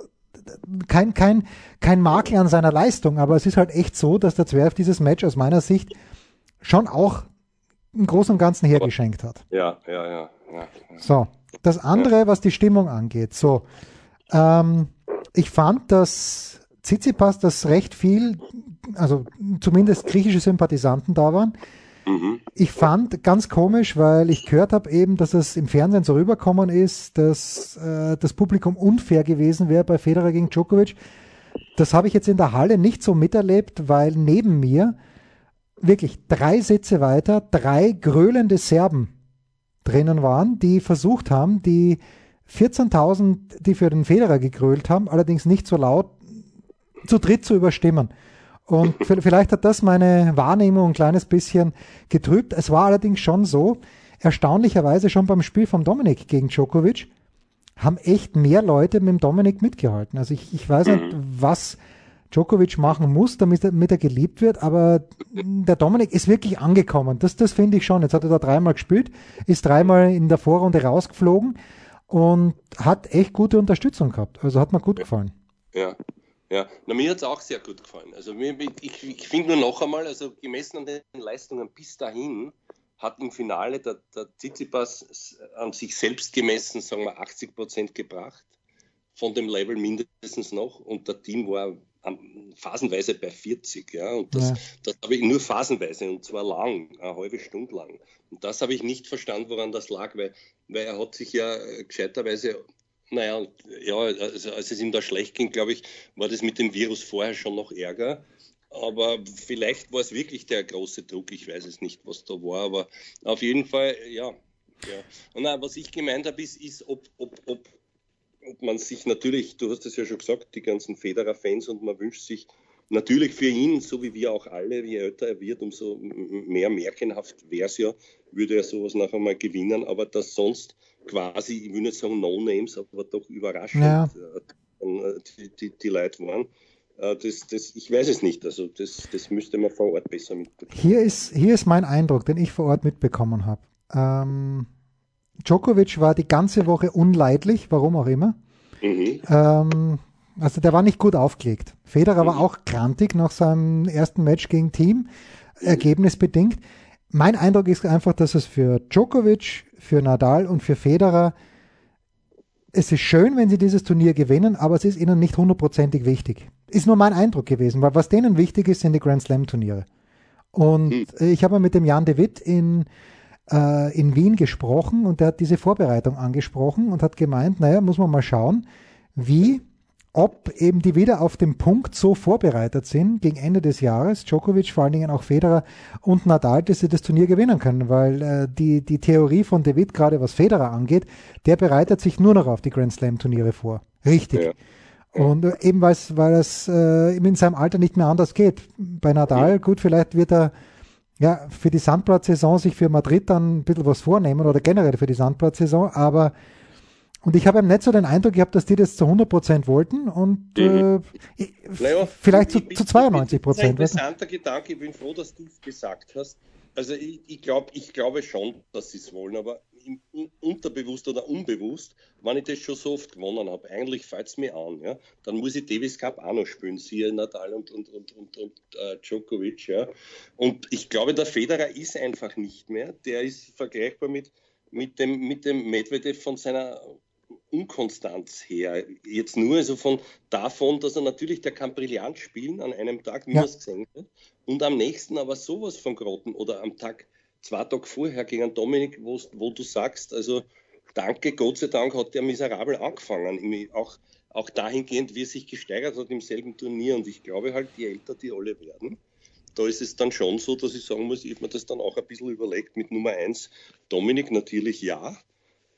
kein, kein, kein Makel an seiner Leistung, aber es ist halt echt so, dass der Zverev dieses Match aus meiner Sicht schon auch im Großen und Ganzen hergeschenkt hat. Ja, ja, ja. ja, ja. So, das andere, was die Stimmung angeht. So, ähm, ich fand, dass Tsitsipas, dass recht viel, also zumindest griechische Sympathisanten da waren. Mhm. Ich fand ganz komisch, weil ich gehört habe eben, dass es im Fernsehen so rübergekommen ist, dass äh, das Publikum unfair gewesen wäre bei Federer gegen Djokovic. Das habe ich jetzt in der Halle nicht so miterlebt, weil neben mir wirklich drei Sitze weiter drei gröhlende Serben drinnen waren, die versucht haben, die vierzehntausend, die für den Federer gegrölt haben, allerdings nicht so laut, zu dritt zu überstimmen. Und vielleicht hat das meine Wahrnehmung ein kleines bisschen getrübt. Es war allerdings schon so, erstaunlicherweise schon beim Spiel von Dominik gegen Djokovic, haben echt mehr Leute mit dem Dominik mitgehalten. Also ich, ich weiß nicht, was Djokovic machen muss, damit er, damit er geliebt wird, aber der Dominik ist wirklich angekommen. Das, das finde ich schon. Jetzt hat er da dreimal gespielt, ist dreimal in der Vorrunde rausgeflogen und hat echt gute Unterstützung gehabt. Also hat mir gut gefallen. Ja. Ja, na, mir hat es auch sehr gut gefallen. Also mir, ich, ich finde nur noch einmal, also gemessen an den Leistungen bis dahin, hat im Finale der, der Tsitsipas an sich selbst gemessen, sagen wir, achtzig Prozent gebracht, von dem Level mindestens noch, und der Team war phasenweise bei vierzig. Ja, und das, Ja. das habe ich nur phasenweise, und zwar lang, eine halbe Stunde lang. Und das habe ich nicht verstanden, woran das lag, weil, weil er hat sich ja gescheiterweise... Naja, ja, also als es ihm da schlecht ging, glaube ich, war das mit dem Virus vorher schon noch ärger. Aber vielleicht war es wirklich der große Druck. Ich weiß es nicht, was da war. Aber auf jeden Fall, ja. ja. Und nein, was ich gemeint habe, ist, ist ob, ob, ob, ob man sich natürlich, du hast es ja schon gesagt, die ganzen Federer-Fans, und man wünscht sich natürlich für ihn, so wie wir auch alle, je älter er wird, umso mehr märchenhaft wäre es ja, würde er sowas noch einmal gewinnen. Aber dass sonst quasi, ich will nicht sagen No-Names, aber doch überraschend Ja. die, die, die Leute waren. Das, das, ich weiß es nicht, also das, das müsste man vor Ort besser mitbekommen. Hier ist, hier ist mein Eindruck, den ich vor Ort mitbekommen habe. Ähm, Djokovic war die ganze Woche unleidlich, warum auch immer. Mhm. Ähm, also der war nicht gut aufgelegt. Federer Mhm. war auch krantig nach seinem ersten Match gegen Team, ergebnisbedingt. Mein Eindruck ist einfach, dass es für Djokovic, für Nadal und für Federer, es ist schön, wenn sie dieses Turnier gewinnen, aber es ist ihnen nicht hundertprozentig wichtig. Ist nur mein Eindruck gewesen, weil was denen wichtig ist, sind die Grand Slam Turniere. Und Mhm. ich habe mit dem Jan de Witt in, äh, in Wien gesprochen und der hat diese Vorbereitung angesprochen und hat gemeint, naja, muss man mal schauen, wie, ob eben die wieder auf dem Punkt so vorbereitet sind gegen Ende des Jahres, Djokovic, vor allen Dingen auch Federer und Nadal, dass sie das Turnier gewinnen können, weil äh, die, die Theorie von de Witt, gerade was Federer angeht, der bereitet sich nur noch auf die Grand Slam Turniere vor. Richtig. Ja. Und äh, eben weil es, weil es äh, in seinem Alter nicht mehr anders geht. Bei Nadal, Ja. gut, vielleicht wird er ja für die Sandplatzsaison sich für Madrid dann ein bisschen was vornehmen oder generell für die Sandplatzsaison, aber und ich habe eben nicht so den Eindruck gehabt, dass die das zu hundert Prozent wollten und Mhm. äh, ich- Naja, vielleicht zu, ich- ich- zu zweiundneunzig Das ist ein Prozent. weißt du? interessanter Gedanke. Ich bin froh, dass du es gesagt hast. Also ich, ich, glaub, ich glaube schon, dass sie es wollen, aber im, un- unterbewusst oder unbewusst, wenn ich das schon so oft gewonnen habe, eigentlich fällt es mir an, ja, dann muss ich Davis Cup auch noch spielen, siehe Nadal und, und, und, und, und äh, Djokovic. Ja. Und ich glaube, der Federer ist einfach nicht mehr. Der ist vergleichbar mit, mit, dem, mit dem Medvedev von seiner Unkonstanz her. Jetzt nur also von davon, dass er natürlich, der kann brillant spielen an einem Tag, wie Ja. man es gesehen hat, und am nächsten aber sowas von Grotten oder am Tag, zwei Tage vorher gegen einen Dominik, wo, wo du sagst, also danke, Gott sei Dank hat der miserabel angefangen, Im- auch, auch dahingehend, wie er sich gesteigert hat im selben Turnier, und ich glaube halt, je älter die alle werden, da ist es dann schon so, dass ich sagen muss, ich habe mir das dann auch ein bisschen überlegt mit Nummer eins, Dominik natürlich ja,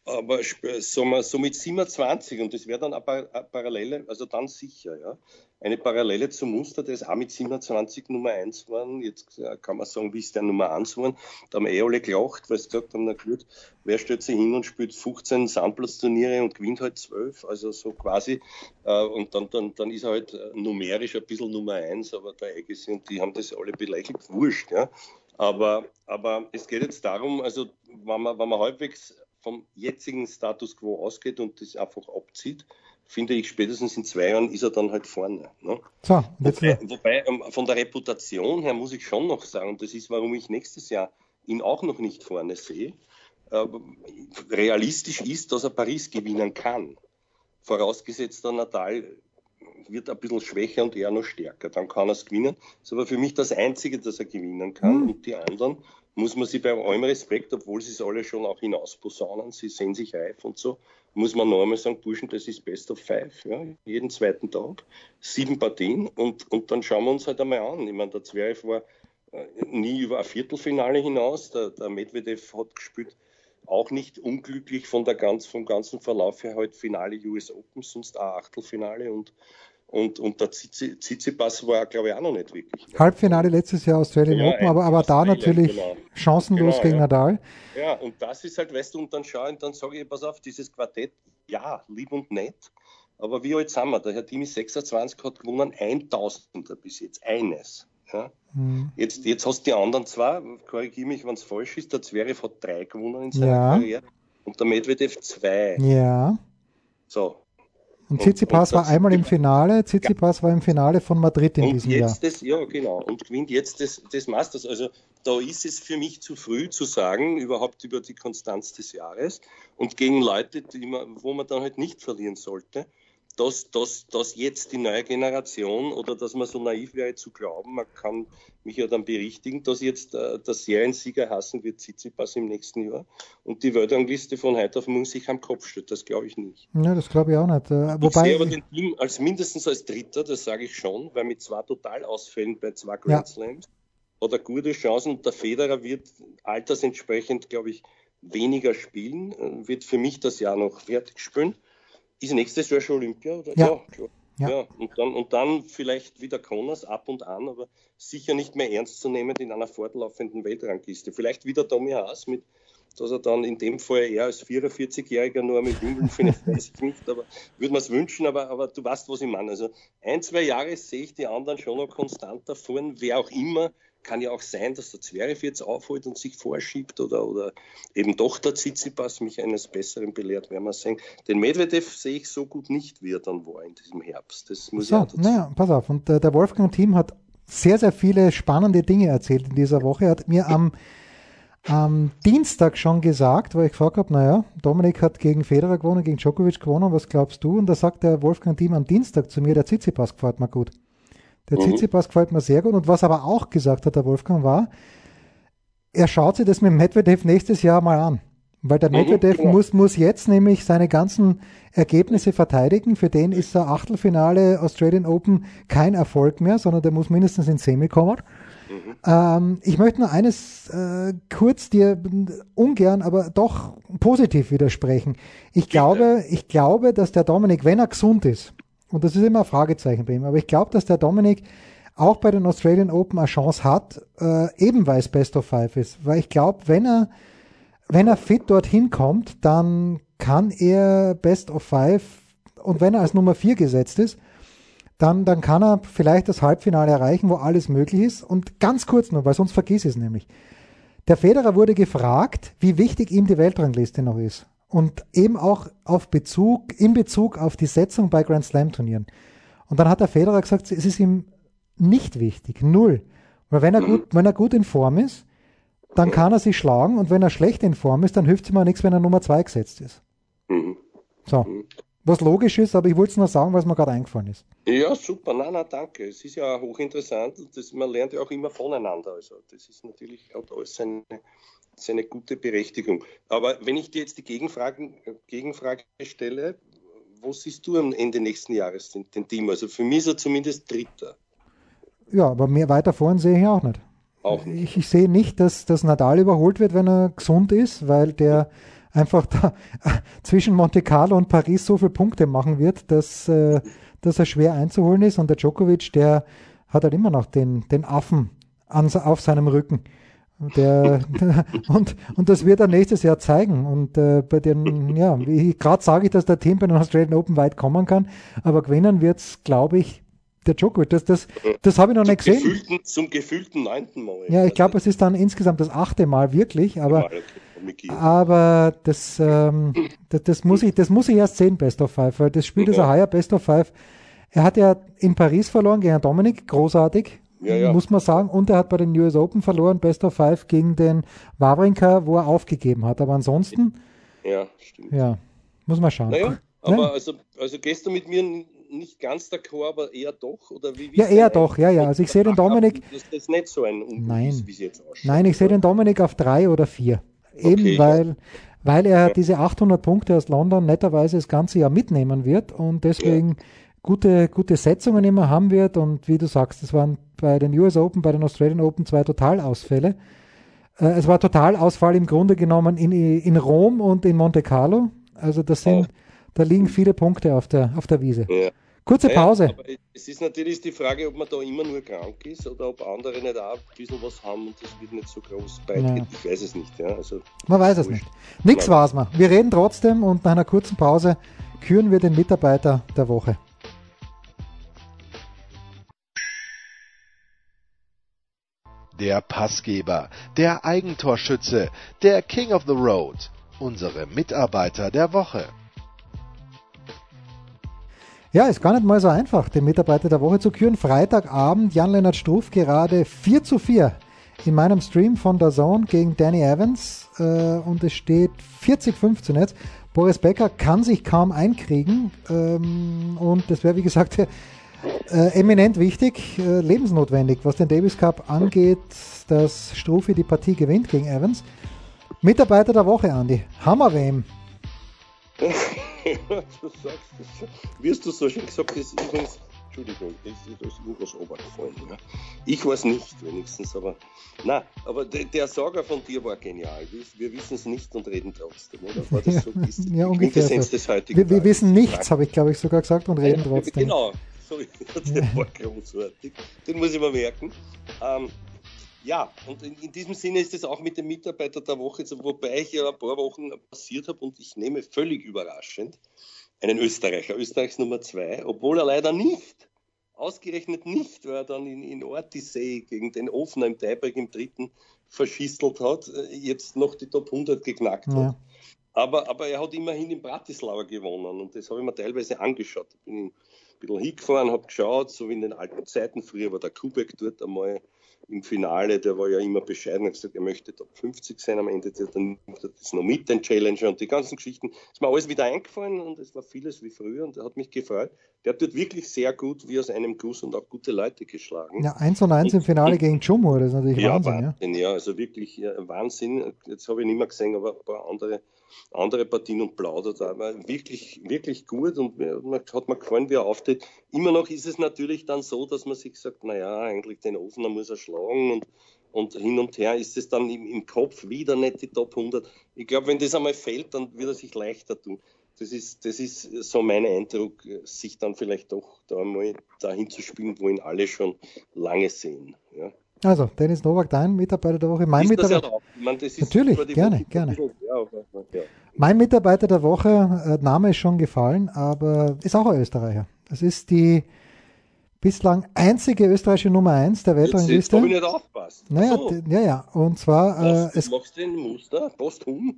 aber so, mal, so mit siebenundzwanzig, und das wäre dann eine, eine Parallele, also dann sicher, ja, eine Parallele zum Muster, der ist auch mit siebenundzwanzig Nummer eins geworden. Jetzt kann man sagen, wie ist der Nummer eins geworden? Da haben eh alle gelacht, weil sie gesagt haben, na gut, wer stellt sich hin und spielt fünfzehn Sandplatzturniere und gewinnt halt zwölf, also so quasi, äh, und dann, dann, dann ist er halt numerisch ein bisschen Nummer eins, aber der Agassi und die haben das alle beleidigt, wurscht, ja. Aber, aber es geht jetzt darum, also wenn man, wenn man halbwegs vom jetzigen Status quo ausgeht und das einfach abzieht, finde ich, spätestens in zwei Jahren ist er dann halt vorne. Ne? So, wobei, wobei von der Reputation her muss ich schon noch sagen, und das ist, warum ich nächstes Jahr ihn auch noch nicht vorne sehe, äh, realistisch ist, dass er Paris gewinnen kann. Vorausgesetzt, der Nadal wird ein bisschen schwächer und er noch stärker. Dann kann er es gewinnen. Das ist aber für mich das Einzige, das er gewinnen kann. Mhm. Und die anderen muss man sich bei allem Respekt, obwohl sie es alle schon auch hinausposaunen, sie sehen sich reif und so, muss man noch einmal sagen, Burschen, das ist Best of Five. Ja? Jeden zweiten Tag, sieben Partien und, und dann schauen wir uns halt einmal an. Ich meine, der Zverev war äh, nie über ein Viertelfinale hinaus. Der, der Medvedev hat gespielt, auch nicht unglücklich von der ganz, vom ganzen Verlauf her, halt Finale U S Open, sonst auch Achtelfinale und Und, und der Tsitsipas war, glaube ich, auch noch nicht wirklich. Halbfinale letztes Jahr Australian ja, Open, aber, aber da natürlich genau. chancenlos genau, gegen ja. Nadal. Ja, und das ist halt, weißt du, und dann schaue ich, dann sage ich, pass auf, dieses Quartett, ja, lieb und nett, aber wie alt sind wir? Der Herr Thiem ist sechsundzwanzig, hat gewonnen, tausender bis jetzt, eines. Ja. Hm. Jetzt, jetzt hast du die anderen zwei, korrigiere mich, wenn es falsch ist, der Zverev hat drei gewonnen in seiner ja. Karriere und der Medvedev zwei. Ja. So. Und Tsitsipas war einmal im Finale, Tsitsipas ja. war im Finale von Madrid in und diesem jetzt Jahr. Das, ja, genau. Und gewinnt jetzt das, das Masters. Also da ist es für mich zu früh zu sagen, überhaupt über die Konstanz des Jahres. Und gegen Leute, die man, wo man dann halt nicht verlieren sollte, dass, dass, dass jetzt die neue Generation, oder dass man so naiv wäre zu glauben, man kann mich ja dann berichtigen, dass jetzt äh, der Seriensieger hassen wird Tsitsipas im nächsten Jahr und die Weltrangliste von heute auf morgen sich am Kopf steht. Das glaube ich nicht. Ja, das glaube ich auch nicht. Äh, wobei ich sehe aber den Team als mindestens als Dritter, das sage ich schon, weil mit zwei Totalausfällen bei zwei Grand ja. Slams hat er gute Chancen und der Federer wird altersentsprechend, glaube ich, weniger spielen, wird für mich das Jahr noch fertig spielen. Ist nächstes Jahr schon Olympia? Oder? Ja. Ja, ja. ja. Und, dann, und dann vielleicht wieder Connors ab und an, aber sicher nicht mehr ernst zu nehmen in einer fortlaufenden Weltrangliste. Vielleicht wieder Tommy Haas, mit, dass er dann in dem Fall eher als vierundvierzigjähriger nur mit Wimbledon findet, weiß ich nicht, aber würde man es wünschen, aber, aber du weißt, was ich meine. Also ein, zwei Jahre sehe ich die anderen schon noch konstanter fahren, wer auch immer. Kann ja auch sein, dass der Zverev jetzt aufholt und sich vorschiebt oder, oder eben doch der Tsitsipas mich eines Besseren belehrt, werden wir sehen. Den Medvedev sehe ich so gut nicht, wie er dann war in diesem Herbst. Das muss so, ich auch dazu. Naja, pass auf. Und äh, der Wolfgang Thiem hat sehr, sehr viele spannende Dinge erzählt in dieser Woche. Er hat mir am, am Dienstag schon gesagt, weil ich gefragt habe, naja, Dominik hat gegen Federer gewonnen, gegen Djokovic gewonnen, was glaubst du? Und da sagt der Wolfgang Thiem am Dienstag zu mir, der Tsitsipas gefällt mir gut. Der mhm. Tsitsipas gefällt mir sehr gut. Und was aber auch gesagt hat, der Wolfgang, war, er schaut sich das mit Medvedev nächstes Jahr mal an. Weil der Medvedev mhm, genau. muss, muss jetzt nämlich seine ganzen Ergebnisse verteidigen. Für den ist der Achtelfinale Australian Open kein Erfolg mehr, sondern der muss mindestens ins Semi kommen. Mhm. Ähm, ich möchte nur eines äh, kurz dir ungern, aber doch positiv widersprechen. Ich glaube, ich glaube, dass der Dominik, wenn er gesund ist, und das ist immer ein Fragezeichen bei ihm, aber ich glaube, dass der Dominik auch bei den Australian Open eine Chance hat, äh, eben weil es Best of Five ist. Weil ich glaube, wenn er, wenn er fit dorthin kommt, dann kann er Best of Five, und wenn er als Nummer vier gesetzt ist, dann, dann kann er vielleicht das Halbfinale erreichen, wo alles möglich ist. Und ganz kurz noch, weil sonst vergiss ich es nämlich. Der Federer wurde gefragt, wie wichtig ihm die Weltrangliste noch ist. Und eben auch auf Bezug, in Bezug auf die Setzung bei Grand Slam Turnieren. Und dann hat der Federer gesagt, es ist ihm nicht wichtig, null. Weil wenn er gut, wenn er gut in Form ist, dann kann er sich schlagen, und wenn er schlecht in Form ist, dann hilft es ihm auch nichts, wenn er Nummer zwei gesetzt ist. So. Was logisch ist, aber ich wollte es nur sagen, weil es mir gerade eingefallen ist. Ja, super. Nein, nein, danke. Es ist ja hochinteressant. Das, man lernt ja auch immer voneinander. Also das ist natürlich, hat alles seine, seine gute Berechtigung. Aber wenn ich dir jetzt die Gegenfragen, Gegenfrage stelle, wo siehst du am Ende nächsten Jahres den, den Team? Also für mich ist er zumindest Dritter. Ja, aber mehr weiter vorn sehe ich auch nicht. Auch nicht. Ich, ich sehe nicht, dass, dass Nadal überholt wird, wenn er gesund ist, weil der einfach da zwischen Monte Carlo und Paris so viele Punkte machen wird, dass, äh, dass er schwer einzuholen ist. Und der Djokovic, der hat halt immer noch den, den Affen an, auf seinem Rücken. Der, und, und das wird er nächstes Jahr zeigen. Und äh, bei den, ja, wie gerade sage ich, dass der Team bei den Australian Open weit kommen kann, aber gewinnen wird es, glaube ich, der Djokovic. Das, das, das habe ich noch zum nicht gesehen. Gefühlten, zum gefühlten neunten Mal. Ja, ich glaube, es ist dann insgesamt das achte Mal wirklich, aber, aber das, ähm, das, das, muss ich, das muss ich erst sehen, Best of Five, weil das Spiel, das er heuer Best of Five, er hat ja in Paris verloren gegen Dominik, großartig. Ja, ja. Muss man sagen. Und er hat bei den U S Open verloren, Best of Five gegen den Wawrinka, wo er aufgegeben hat. Aber ansonsten, ja, stimmt. Ja, muss man schauen. Naja, aber ja. also, also gehst du mit mir nicht ganz d'accord, aber eher doch? Oder wie, wie ja, eher doch, ja, ja. Also ich sehe den Dominik. Das ist nicht so ein Nein, wie es jetzt ausschaut. Nein, ich sehe den Dominik auf drei oder vier. Eben okay, weil, ja. weil er ja. diese achthundert Punkte aus London netterweise das ganze Jahr mitnehmen wird und deswegen ja. gute, gute Setzungen immer haben wird. Und wie du sagst, das waren bei den U S Open, bei den Australian Open zwei Totalausfälle. Äh, es war Totalausfall im Grunde genommen in, in Rom und in Monte Carlo. Also das sind, oh. da liegen viele Punkte auf der, auf der Wiese. Ja. Kurze naja, Pause. Aber es ist natürlich die Frage, ob man da immer nur krank ist oder ob andere nicht auch ein bisschen was haben und das wird nicht so groß beitreten. Ja. Ich weiß es nicht. Ja. Also, man weiß es nicht. Nix war's mal. Wir reden trotzdem und nach einer kurzen Pause küren wir den Mitarbeiter der Woche. Der Passgeber, der Eigentorschütze, der King of the Road, unsere Mitarbeiter der Woche. Ja, ist gar nicht mal so einfach, den Mitarbeiter der Woche zu küren. Freitagabend, Jan-Lennart Struff gerade vier zu vier in meinem Stream von D A Z N gegen Danny Evans äh, und es steht vierzig fünfzehn jetzt. Boris Becker kann sich kaum einkriegen ähm, und das wäre, wie gesagt, Äh, eminent wichtig, äh, lebensnotwendig, was den Davis Cup angeht, dass Struffi die Partie gewinnt gegen Evans. Mitarbeiter der Woche, Andi. Hammer wem? Du sagst das, wirst du so schön gesagt, das ist übrigens, Entschuldigung, das ist irgendwas runtergefallen. Ja. Ich weiß nicht, wenigstens, aber nein, aber der, der Sager von dir war genial. Wir, wir wissen es nicht und reden trotzdem, oder? War das so? Ist ja, ungefähr so. Des heutigen wir, wir wissen nichts, habe ich glaube ich sogar gesagt, und reden trotzdem. Genau. Sorry, der war großartig. Den muss ich mir merken. Ähm, ja, und in, in diesem Sinne ist es auch mit dem Mitarbeiter der Woche, wobei ich ja ein paar Wochen passiert habe und ich nehme völlig überraschend einen Österreicher, Österreichs Nummer zwei, obwohl er leider nicht, ausgerechnet nicht, weil er dann in, in Ortisee gegen den Ofner im Tiebreak im dritten verschistelt hat, jetzt noch die Top hundert geknackt hat. Ja. Aber, aber er hat immerhin in Bratislava gewonnen und das habe ich mir teilweise angeschaut. Ich bin ein bisschen hingefahren, habe geschaut, so wie in den alten Zeiten. Früher war der Kubek dort einmal im Finale, der war ja immer bescheiden, hat gesagt, er möchte Top fünfzig sein am Ende, dann nimmt er das noch mit, den Challenger und die ganzen Geschichten. Ist mir alles wieder eingefallen und es war vieles wie früher und er hat mich gefreut. Der hat dort wirklich sehr gut, wie aus einem Guss und auch gute Leute geschlagen. Ja, eins und eins im Finale und, gegen Chumur, das ist natürlich ja, Wahnsinn. Wahnsinn ja. ja, also wirklich ja, Wahnsinn. Jetzt habe ich nicht mehr gesehen, aber ein paar andere, andere Partien und plaudert. Aber wirklich, wirklich gut und mir, hat mir gefallen, wie er auftritt. Immer noch ist es natürlich dann so, dass man sich sagt, naja, eigentlich den Ofner muss er schlagen und, und hin und her ist es dann im, im Kopf wieder nicht die Top hundert. Ich glaube, wenn das einmal fällt, dann wird er sich leichter tun. Das ist, das ist so mein Eindruck, sich dann vielleicht doch da mal dahin zu spielen, wo ihn alle schon lange sehen. Ja. Also, Dennis Nowak, dein Mitarbeiter der Woche. Mein ist Mitarbeiter. Das ich meine, das ist natürlich, gerne, Woche gerne. Ja, aber, ja. Mein Mitarbeiter der Woche, äh, Name ist schon gefallen, aber ist auch ein Österreicher. Das ist die bislang einzige österreichische Nummer eins der Weltrangliste. Jetzt, jetzt habe ich nicht aufgepasst. Naja, so. d- ja, ja, und zwar... Was, äh, es machst du den Muster? Posthum?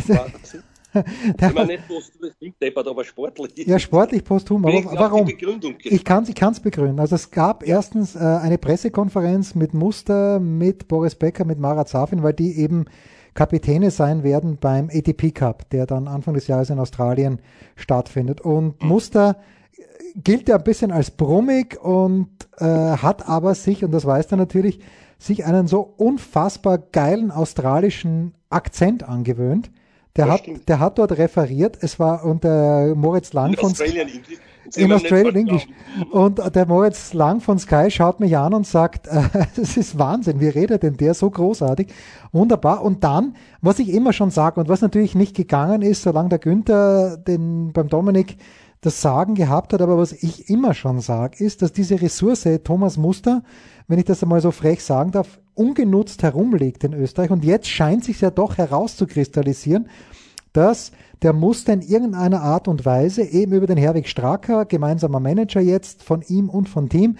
Der ich meine nicht posthum, das klingt deppert, aber sportlich. Ja, sportlich posthum, aber warum? Begründung ich kann es begründen. Also es gab erstens äh, eine Pressekonferenz mit Muster, mit Boris Becker, mit Marat Safin, weil die eben Kapitäne sein werden beim A T P Cup, der dann Anfang des Jahres in Australien stattfindet. Und mhm. Muster gilt ja ein bisschen als brummig und äh, hat aber sich, und das weiß er natürlich, sich einen so unfassbar geilen australischen Akzent angewöhnt, Der hat, der hat dort referiert, es war unter Moritz Lang in von Australian English. in Australian English. Und der Moritz Lang von Sky schaut mich an und sagt, äh, das ist Wahnsinn, wie redet denn der so großartig? Wunderbar. Und dann, was ich immer schon sage und was natürlich nicht gegangen ist, solange der Günther den, beim Dominik das Sagen gehabt hat, aber was ich immer schon sage, ist, dass diese Ressource Thomas Muster, wenn ich das einmal so frech sagen darf, ungenutzt herumliegt in Österreich. Und jetzt scheint sich ja doch herauszukristallisieren, dass der Muster in irgendeiner Art und Weise eben über den Herwig Stracker, gemeinsamer Manager jetzt von ihm und von Team,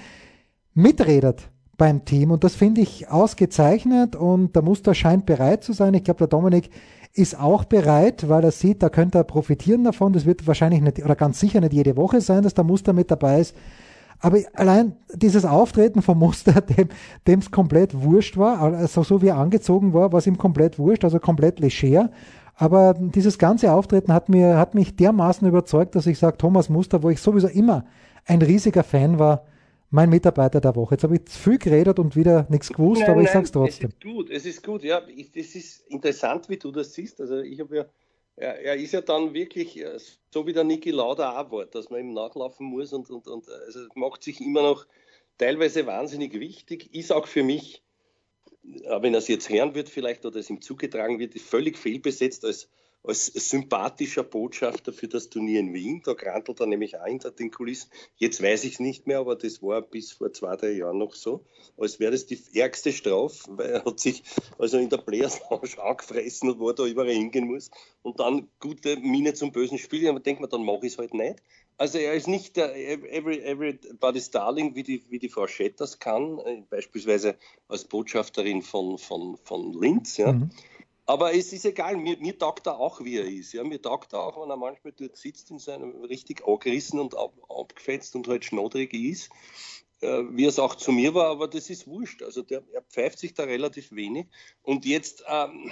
mitredet beim Team. Und das finde ich ausgezeichnet und der Muster scheint bereit zu sein. Ich glaube, der Dominik ist auch bereit, weil er sieht, da könnte er profitieren davon. Das wird wahrscheinlich nicht oder ganz sicher nicht jede Woche sein, dass der Muster mit dabei ist. Aber allein dieses Auftreten vom Muster, dem es komplett wurscht war, also so wie er angezogen war, war es ihm komplett wurscht, also komplett leger. Aber dieses ganze Auftreten hat mir, hat mich dermaßen überzeugt, dass ich sage, Thomas Muster, wo ich sowieso immer ein riesiger Fan war, mein Mitarbeiter der Woche. Jetzt habe ich viel geredet und wieder nichts gewusst, nein, aber ich nein, sage es trotzdem. Es ist gut, es ist gut, ja. Es ist interessant, wie du das siehst. Also ich habe ja, er, er ist ja dann wirklich so wie der Niki Lauda auch war, dass man ihm nachlaufen muss und, und, und also macht sich immer noch teilweise wahnsinnig wichtig, ist auch für mich, wenn er es jetzt hören wird vielleicht oder es ihm zugetragen wird, ist völlig fehlbesetzt als, als sympathischer Botschafter für das Turnier in Wien. Da krantelt er nämlich auch hinter den Kulissen. Jetzt weiß ich es nicht mehr, aber das war bis vor zwei, drei Jahren noch so. Als wäre das die ärgste Strafe, weil er hat sich also in der Players Lounge angefressen und wo er da überall hingehen muss. Und dann gute Miene zum bösen Spiel. Aber denkt man, dann mache ich es halt nicht. Also er ist nicht der every, everybody's darling, wie die, wie die Frau Schett das kann, beispielsweise als Botschafterin von, von, von Linz. Ja. Mhm. Aber es ist egal, mir, mir taugt er auch, wie er ist. Ja. Mir taugt er auch, wenn er manchmal dort sitzt in seinem richtig angerissen und ab, abgefetzt und halt schnodrig ist, äh, wie es auch zu mir war, aber das ist wurscht. Also der, er pfeift sich da relativ wenig. Und jetzt... Ähm,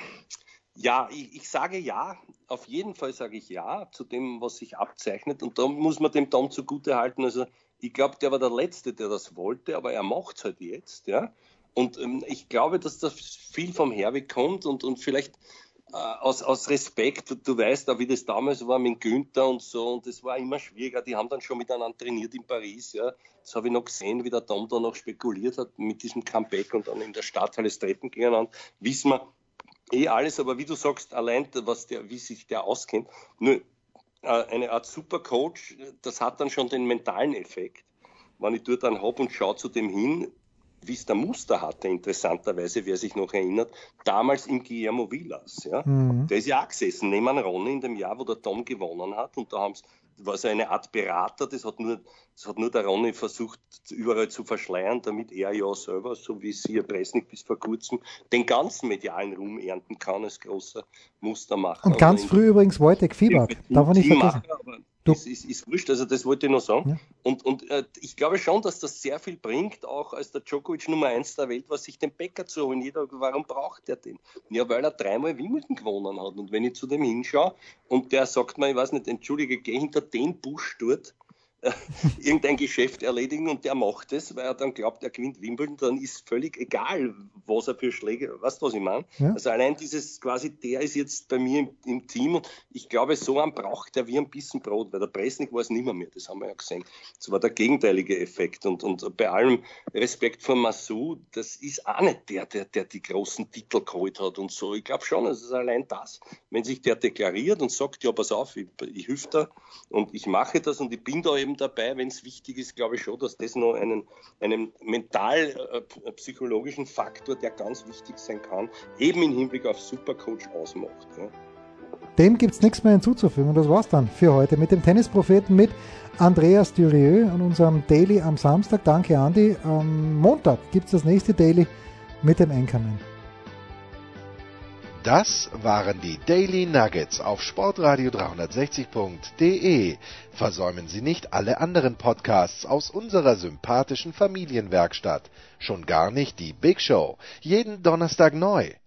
Ja, ich, ich sage ja, auf jeden Fall sage ich ja zu dem, was sich abzeichnet und da muss man dem Tom zugute halten, also ich glaube, der war der Letzte, der das wollte, aber er macht es halt jetzt, ja, und ähm, ich glaube, dass da viel vom Herweg kommt und, und vielleicht äh, aus, aus Respekt, du, du weißt auch, wie das damals war mit Günther und so und das war immer schwieriger, die haben dann schon miteinander trainiert in Paris, ja, das habe ich noch gesehen, wie der Tom da noch spekuliert hat mit diesem Comeback und dann in der Stadthalle Streppen gegeneinander, wissen wir, eh alles, aber wie du sagst, allein was der, wie sich der auskennt, nur eine Art Supercoach, das hat dann schon den mentalen Effekt. Wenn ich dort dann habe und schaue zu dem hin, wie es der Muster hatte, interessanterweise, wer sich noch erinnert, damals in Guillermo Villas. Ja? Mhm. Der ist ja auch gesessen, neben Ronny in dem Jahr, wo der Tom gewonnen hat und da haben sie war so eine Art Berater, das hat nur, das hat nur der Ronny versucht, überall zu verschleiern, damit er ja selber, so wie Sir Bresnik bis vor kurzem, den ganzen medialen Ruhm ernten kann als großer Mustermacher. Und ganz früh übrigens Wojtek Fibak, darf man nicht vergessen. Aber das ist, ist wurscht, also das wollte ich noch sagen. Ja. Und, und äh, ich glaube schon, dass das sehr viel bringt, auch als der Djokovic Nummer eins der Welt war, sich den Bäcker zu holen. Jeder, warum braucht er den? Ja, weil er dreimal Wimbledon gewonnen hat. Und wenn ich zu dem hinschaue und der sagt mir, ich weiß nicht, entschuldige, geh hinter den Busch dort, äh, irgendein Geschäft erledigen und der macht es, weil er dann glaubt, er gewinnt Wimbledon, dann ist völlig egal, was er für Schläge, weißt du, was ich meine? Ja. Also allein dieses quasi, der ist jetzt bei mir im, im Team und ich glaube, so einen braucht er wie ein bisschen Brot, weil der Bresnik war es nicht mehr, mehr, das haben wir ja gesehen. Das war der gegenteilige Effekt und, und bei allem Respekt vor Massou, das ist auch nicht der, der, der die großen Titel geholt hat und so. Ich glaube schon, es ist allein das, wenn sich der deklariert und sagt, ja, pass auf, ich, ich hilf da und ich mache das und ich bin da eben dabei, wenn es wichtig ist, glaube ich schon, dass das noch einen, einen mental-psychologischen Faktor, der ganz wichtig sein kann, eben im Hinblick auf Supercoach ausmacht. Ja. Dem gibt es nichts mehr hinzuzufügen und das war's dann für heute mit dem Tennispropheten mit Andreas Dürieu an unserem Daily am Samstag. Danke, Andi. Am Montag gibt es das nächste Daily mit dem Anchorman. Das waren die Daily Nuggets auf sportradio dreihundertsechzig punkt de. Versäumen Sie nicht alle anderen Podcasts aus unserer sympathischen Familienwerkstatt. Schon gar nicht die Big Show. Jeden Donnerstag neu.